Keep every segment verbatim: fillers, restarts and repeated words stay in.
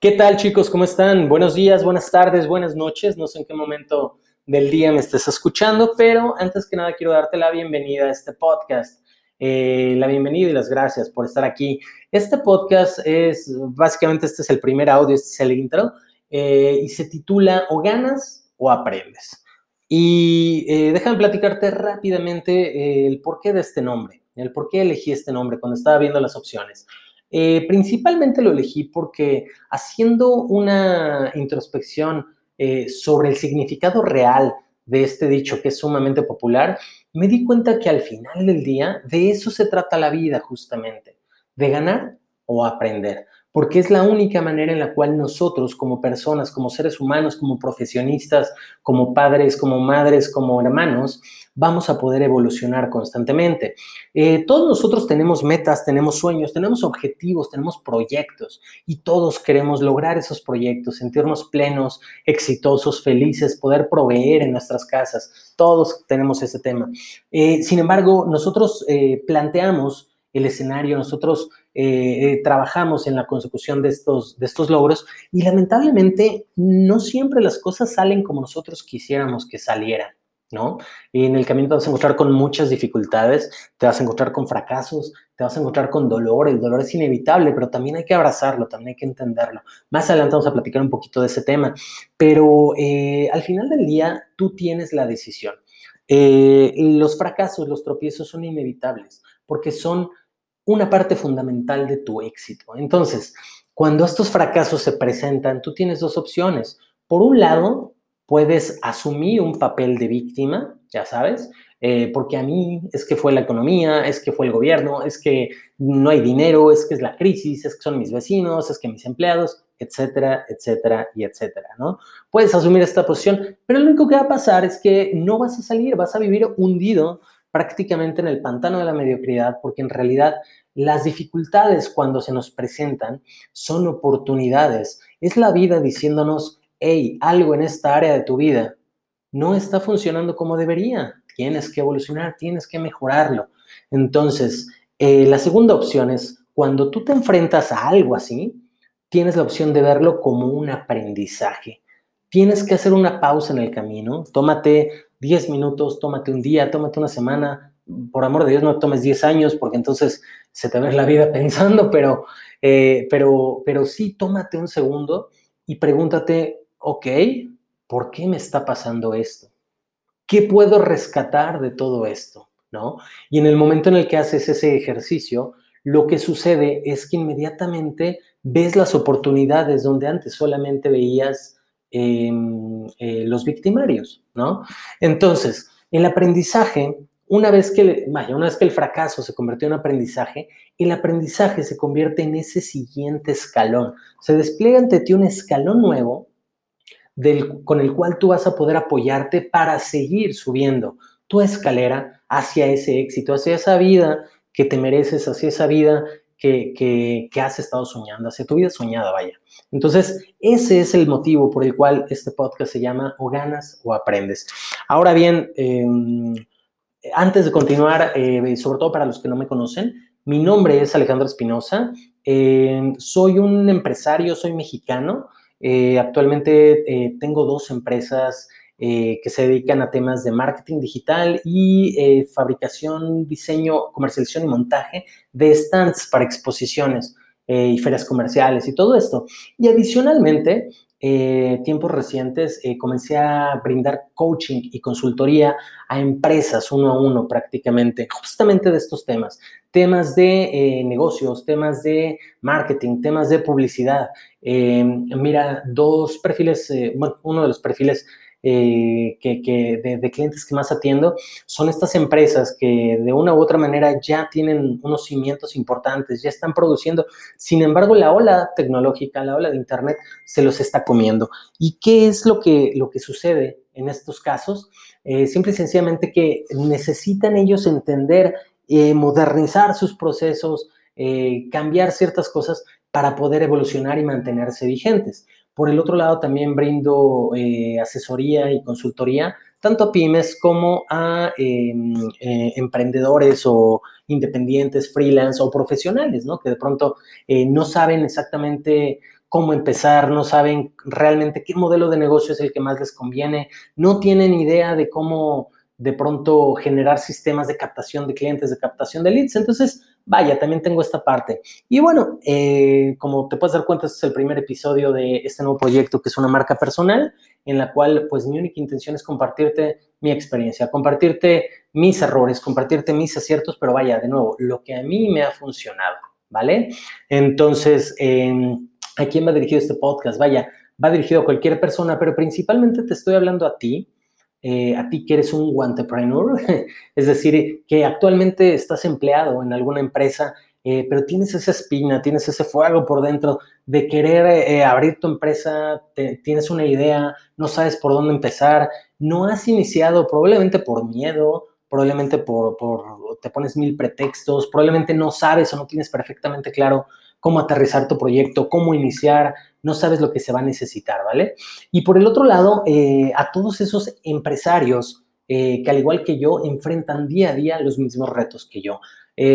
¿Qué tal, chicos? ¿Cómo están? Buenos días, buenas tardes, buenas noches. No sé en qué momento del día me estés escuchando, pero antes que nada quiero darte la bienvenida a este podcast. Eh, la bienvenida y las gracias por estar aquí. Este podcast es, básicamente este es el primer audio, este es el intro, eh, y se titula O ganas o aprendes. Y eh, déjame platicarte rápidamente eh, el porqué de este nombre, el por qué elegí este nombre cuando estaba viendo las opciones. Eh, principalmente lo elegí porque haciendo una introspección eh, sobre el significado real de este dicho que es sumamente popular, me di cuenta que al final del día de eso se trata la vida justamente, de ganar o aprender, porque es la única manera en la cual nosotros como personas, como seres humanos, como profesionistas, como padres, como madres, como hermanos, vamos a poder evolucionar constantemente. Eh, todos nosotros tenemos metas, tenemos sueños, tenemos objetivos, tenemos proyectos y todos queremos lograr esos proyectos, sentirnos plenos, exitosos, felices, poder proveer en nuestras casas. Todos tenemos ese tema. Eh, sin embargo, nosotros eh, planteamos el escenario, nosotros eh, eh, trabajamos en la consecución de estos, de estos logros y lamentablemente no siempre las cosas salen como nosotros quisiéramos que salieran, ¿no? Y en el camino te vas a encontrar con muchas dificultades, te vas a encontrar con fracasos, te vas a encontrar con dolor. El dolor es inevitable, pero también hay que abrazarlo, también hay que entenderlo. Más adelante vamos a platicar un poquito de ese tema, pero eh, al final del día tú tienes la decisión. Eh, los fracasos, los tropiezos son inevitables porque son una parte fundamental de tu éxito. Entonces, cuando estos fracasos se presentan, tú tienes dos opciones. Por un lado, puedes asumir un papel de víctima, ya sabes, eh, porque a mí es que fue la economía, es que fue el gobierno, es que no hay dinero, es que es la crisis, es que son mis vecinos, es que mis empleados, etcétera, etcétera y etcétera, ¿no? Puedes asumir esta posición, pero lo único que va a pasar es que no vas a salir, vas a vivir hundido prácticamente en el pantano de la mediocridad, porque en realidad las dificultades cuando se nos presentan son oportunidades. Es la vida diciéndonos, hey, algo en esta área de tu vida no está funcionando como debería. Tienes que evolucionar, tienes que mejorarlo. Entonces, eh, la segunda opción es, cuando tú te enfrentas a algo así, tienes la opción de verlo como un aprendizaje. Tienes que hacer una pausa en el camino. Tómate diez minutos, tómate un día, tómate una semana. Por amor de Dios, no tomes diez años porque entonces se te va la vida pensando, pero, eh, pero, pero sí tómate un segundo y pregúntate, ok, ¿por qué me está pasando esto? ¿Qué puedo rescatar de todo esto? ¿No? Y en el momento en el que haces ese ejercicio, lo que sucede es que inmediatamente ves las oportunidades donde antes solamente veías eh, eh, los victimarios, ¿no? Entonces, el aprendizaje, una vez que, vaya, una vez que el fracaso se convirtió en aprendizaje, el aprendizaje se convierte en ese siguiente escalón. Se despliega ante ti un escalón nuevo del, con el cual tú vas a poder apoyarte para seguir subiendo tu escalera hacia ese éxito, hacia esa vida que te mereces, hacia esa vida que, que, que has estado soñando, hacia tu vida soñada, vaya. Entonces, ese es el motivo por el cual este podcast se llama O ganas o aprendes. Ahora bien, eh, antes de continuar, eh, sobre todo para los que no me conocen, mi nombre es Alejandro Espinosa, eh, soy un empresario, soy mexicano, eh, actualmente eh, tengo dos empresas eh, que se dedican a temas de marketing digital y eh, fabricación, diseño, comercialización y montaje de stands para exposiciones eh, y ferias comerciales y todo esto. Y adicionalmente, eh, tiempos recientes, eh, comencé a brindar coaching y consultoría a empresas uno a uno prácticamente, justamente de estos temas, temas de eh, negocios, temas de marketing, temas de publicidad. Eh, mira, dos perfiles, eh, bueno, uno de los perfiles eh, que, que de, de clientes que más atiendo son estas empresas que de una u otra manera ya tienen unos cimientos importantes, ya están produciendo. Sin embargo, la ola tecnológica, la ola de Internet se los está comiendo. ¿Y qué es lo que, lo que sucede en estos casos? Eh, simple y sencillamente que necesitan ellos entender, eh, modernizar sus procesos, eh, cambiar ciertas cosas para poder evolucionar y mantenerse vigentes. Por el otro lado, también brindo eh, asesoría y consultoría tanto a pymes como a eh, eh, emprendedores o independientes, freelance o profesionales, ¿no? Que de pronto eh, no saben exactamente cómo empezar, no saben realmente qué modelo de negocio es el que más les conviene, no tienen idea de cómo de pronto generar sistemas de captación de clientes, de captación de leads. Entonces, vaya, también tengo esta parte. Y bueno, eh, como te puedes dar cuenta, este es el primer episodio de este nuevo proyecto que es una marca personal, en la cual pues mi única intención es compartirte mi experiencia, compartirte mis errores, compartirte mis aciertos, pero vaya, de nuevo, lo que a mí me ha funcionado, ¿vale? Entonces, eh, ¿a quién va dirigido este podcast? Vaya, va dirigido a cualquier persona, pero principalmente te estoy hablando a ti, eh, a ti que eres un entrepreneur, es decir, que actualmente estás empleado en alguna empresa, eh, pero tienes esa espina, tienes ese fuego por dentro de querer eh, abrir tu empresa, te, tienes una idea, no sabes por dónde empezar, no has iniciado probablemente por miedo, probablemente por, por te pones mil pretextos, probablemente no sabes o no tienes perfectamente claro cómo aterrizar tu proyecto, cómo iniciar, no sabes lo que se va a necesitar, ¿vale? Y por el otro lado, eh, a todos esos empresarios eh, que al igual que yo enfrentan día a día los mismos retos que yo.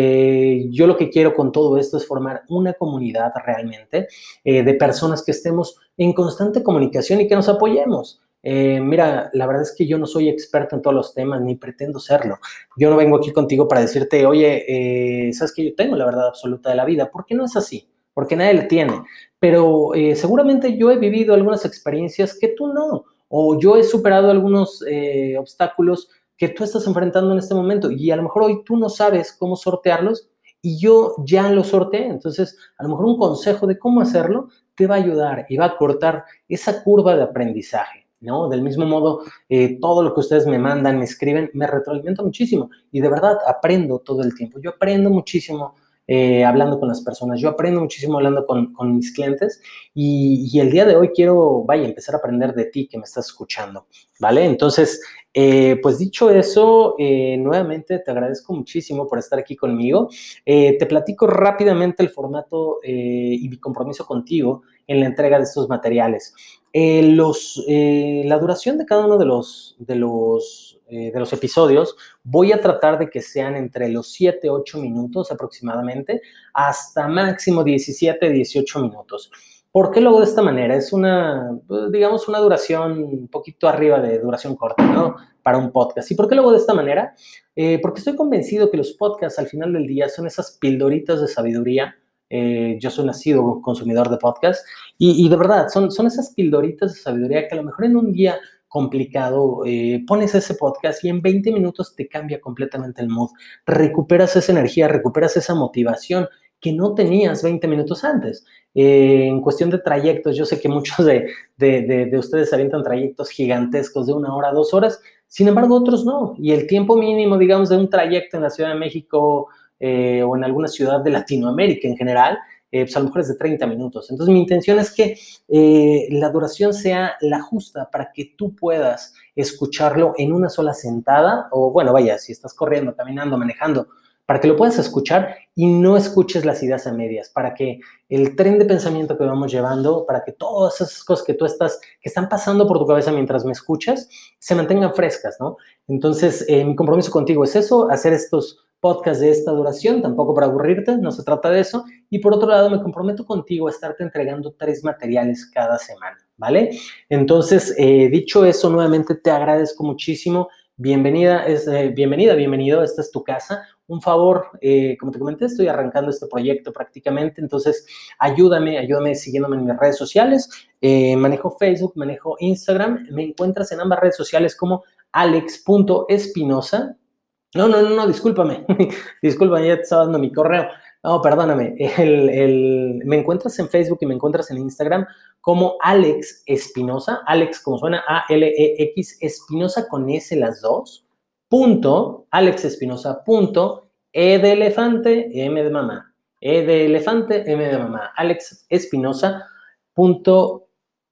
Eh, yo lo que quiero con todo esto es formar una comunidad realmente eh, de personas que estemos en constante comunicación y que nos apoyemos. Eh, mira, la verdad es que yo no soy experto en todos los temas, ni pretendo serlo. Yo no vengo aquí contigo para decirte, oye, eh, sabes que yo tengo la verdad absoluta de la vida, porque no es así, porque nadie la tiene. Pero eh, seguramente yo he vivido algunas experiencias que tú no, o yo he superado algunos eh, obstáculos que tú estás enfrentando en este momento y a lo mejor hoy tú no sabes cómo sortearlos y yo ya los sorteé. Entonces, a lo mejor un consejo de cómo hacerlo te va a ayudar y va a cortar esa curva de aprendizaje, ¿no? Del mismo modo, eh, todo lo que ustedes me mandan, me escriben, me retroalimenta muchísimo y de verdad aprendo todo el tiempo. Yo aprendo muchísimo eh, hablando con las personas. Yo aprendo muchísimo hablando con, con mis clientes y, y, el día de hoy quiero, vaya, empezar a aprender de ti que me estás escuchando, ¿vale? Entonces, eh, pues dicho eso, eh, nuevamente te agradezco muchísimo por estar aquí conmigo. Eh, te platico rápidamente el formato eh, y mi compromiso contigo en la entrega de estos materiales. Eh, los, eh, la duración de cada uno de los, de los, eh, de los episodios voy a tratar de que sean entre los siete, ocho minutos aproximadamente hasta máximo diecisiete, dieciocho minutos. ¿Por qué lo hago de esta manera? Es una, digamos, una duración un poquito arriba de duración corta, ¿no? Para un podcast. ¿Y por qué lo hago de esta manera? Eh, porque estoy convencido que los podcasts al final del día son esas pildoritas de sabiduría. Eh, yo soy nacido consumidor de podcasts y, y de verdad son, son esas pildoritas de sabiduría que a lo mejor en un día complicado, eh, pones ese podcast y en veinte minutos te cambia completamente el mood, recuperas esa energía, recuperas esa motivación que no tenías veinte minutos antes. Eh, en cuestión de trayectos, yo sé que muchos de, de, de, de ustedes avientan trayectos gigantescos de una hora, dos horas, sin embargo otros no, y el tiempo mínimo, digamos, de un trayecto en la Ciudad de México eh, o en alguna ciudad de Latinoamérica en general, eh, pues a lo mejor es de treinta minutos. Entonces mi intención es que eh, la duración sea la justa para que tú puedas escucharlo en una sola sentada, o bueno, vaya, si estás corriendo, caminando, manejando, para que lo puedas escuchar y no escuches las ideas a medias, para que el tren de pensamiento que vamos llevando, para que todas esas cosas que tú estás, que están pasando por tu cabeza mientras me escuchas, se mantengan frescas, ¿no? Entonces, eh, mi compromiso contigo es eso, hacer estos podcasts de esta duración, tampoco para aburrirte, no se trata de eso. Y por otro lado, me comprometo contigo a estarte entregando tres materiales cada semana, ¿vale? Entonces, eh, dicho eso, nuevamente te agradezco muchísimo. Bienvenida, es, eh, bienvenida, bienvenido, esta es tu casa. Un favor, eh, como te comenté, estoy arrancando este proyecto prácticamente, entonces ayúdame, ayúdame siguiéndome en mis redes sociales. Eh, manejo Facebook, manejo Instagram, me encuentras en ambas redes sociales como alex punto espinosa. No, no, no, no, discúlpame, discúlpame, ya te estaba dando mi correo. No, perdóname, el, el, me encuentras en Facebook y me encuentras en Instagram como Alex Espinosa, Alex como suena, A L E X, Espinosa con S las dos, punto, Alex Espinosa, punto, E de elefante, M de mamá, E de elefante, M de mamá, Alex Espinosa, punto,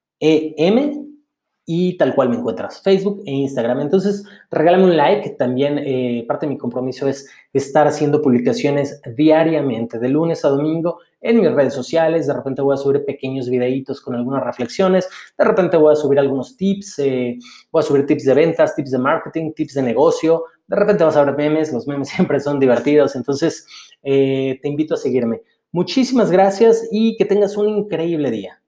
E M, y tal cual me encuentras, Facebook e Instagram. Entonces, regálame un like. También eh, parte de mi compromiso es estar haciendo publicaciones diariamente, de lunes a domingo, en mis redes sociales. De repente voy a subir pequeños videitos con algunas reflexiones. De repente voy a subir algunos tips. Eh, voy a subir tips de ventas, tips de marketing, tips de negocio. De repente vas a ver memes. Los memes siempre son divertidos. Entonces, eh, te invito a seguirme. Muchísimas gracias y que tengas un increíble día.